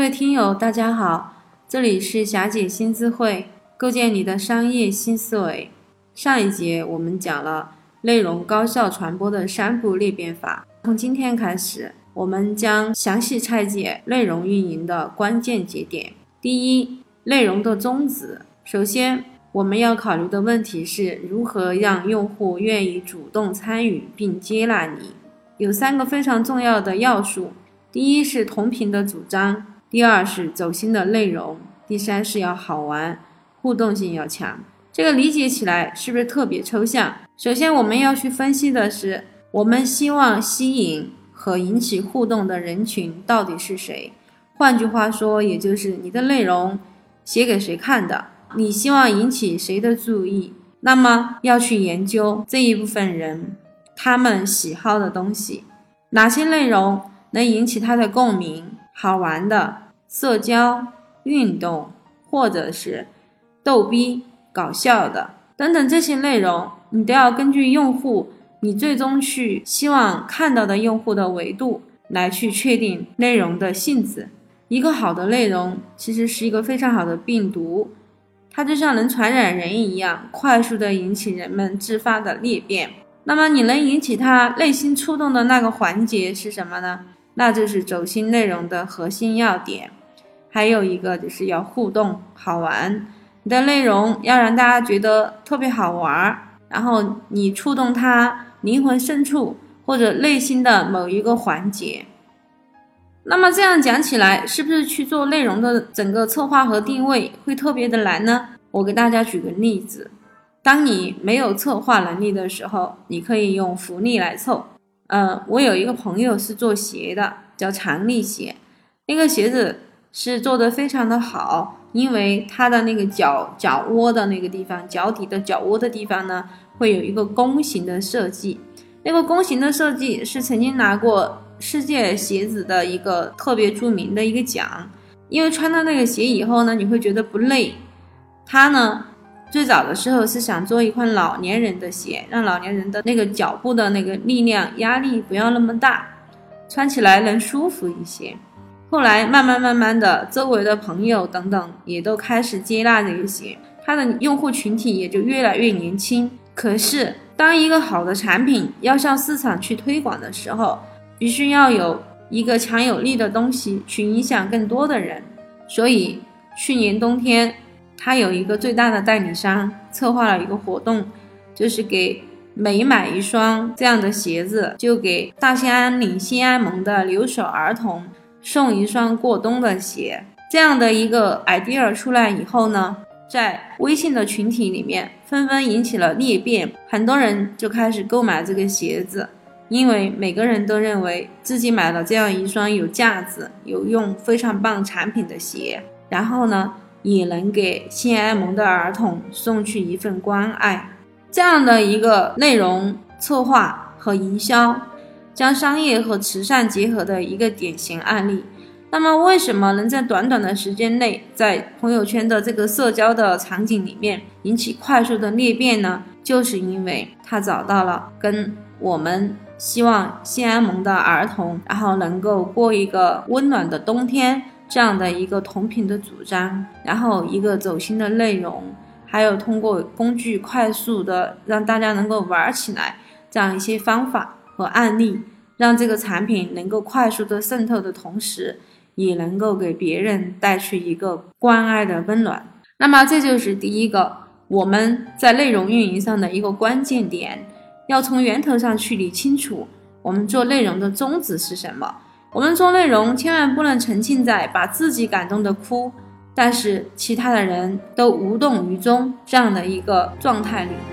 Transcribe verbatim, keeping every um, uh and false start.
位听友大家好，这里是霞姐新思会，构建你的商业新思维。上一节我们讲了内容高效传播的三步裂变法，从今天开始我们将详细拆解内容运营的关键节点。第一，内容的宗旨。首先我们要考虑的问题是如何让用户愿意主动参与并接纳你。有三个非常重要的要素，第一是同频的主张，第二是走心的内容，第三是要好玩，互动性要强。这个理解起来是不是特别抽象？首先我们要去分析的是，我们希望吸引和引起互动的人群到底是谁。换句话说，也就是你的内容写给谁看的，你希望引起谁的注意，那么要去研究这一部分人他们喜好的东西，哪些内容能引起他的共鸣，好玩的、社交、运动，或者是逗逼、搞笑的等等，这些内容你都要根据用户你最终去希望看到的用户的维度来去确定内容的性质。一个好的内容其实是一个非常好的病毒，它就像能传染人一样，快速的引起人们自发的裂变。那么你能引起他内心触动的那个环节是什么呢？那就是走心内容的核心要点。还有一个就是要互动好玩，你的内容要让大家觉得特别好玩，然后你触动他灵魂深处或者内心的某一个环节。那么这样讲起来，是不是去做内容的整个策划和定位会特别的难呢？我给大家举个例子，当你没有策划能力的时候，你可以用福利来凑。呃，我有一个朋友是做鞋的，叫长力鞋，那个鞋子是做得非常的好，因为它的那个脚脚窝的那个地方，脚底的脚窝的地方呢，会有一个弓形的设计。那个弓形的设计是曾经拿过世界鞋子的一个特别著名的一个奖，因为穿到那个鞋以后呢，你会觉得不累。它呢最早的时候是想做一款老年人的鞋，让老年人的那个脚部的那个力量压力不要那么大，穿起来能舒服一些。后来慢慢慢慢的，周围的朋友等等也都开始接纳这个鞋，它的用户群体也就越来越年轻。可是当一个好的产品要向市场去推广的时候，必须要有一个强有力的东西去影响更多的人。所以去年冬天他有一个最大的代理商策划了一个活动，就是给每买一双这样的鞋子，就给大兴安岭新安盟的留守儿童送一双过冬的鞋。这样的一个 idea 出来以后呢，在微信的群体里面纷纷引起了裂变，很多人就开始购买这个鞋子，因为每个人都认为自己买了这样一双有价值、有用、非常棒产品的鞋，然后呢也能给新安盟的儿童送去一份关爱。这样的一个内容策划和营销，将商业和慈善结合的一个典型案例。那么为什么能在短短的时间内，在朋友圈的这个社交的场景里面引起快速的裂变呢？就是因为他找到了跟我们希望新安盟的儿童然后能够过一个温暖的冬天这样的一个同频的主张，然后一个走心的内容，还有通过工具快速的让大家能够玩起来这样一些方法和案例，让这个产品能够快速的渗透的同时，也能够给别人带去一个关爱的温暖。那么这就是第一个我们在内容运营上的一个关键点，要从源头上去理清楚我们做内容的宗旨是什么。我们做内容千万不能沉浸在把自己感动的哭，但是其他的人都无动于衷这样的一个状态里。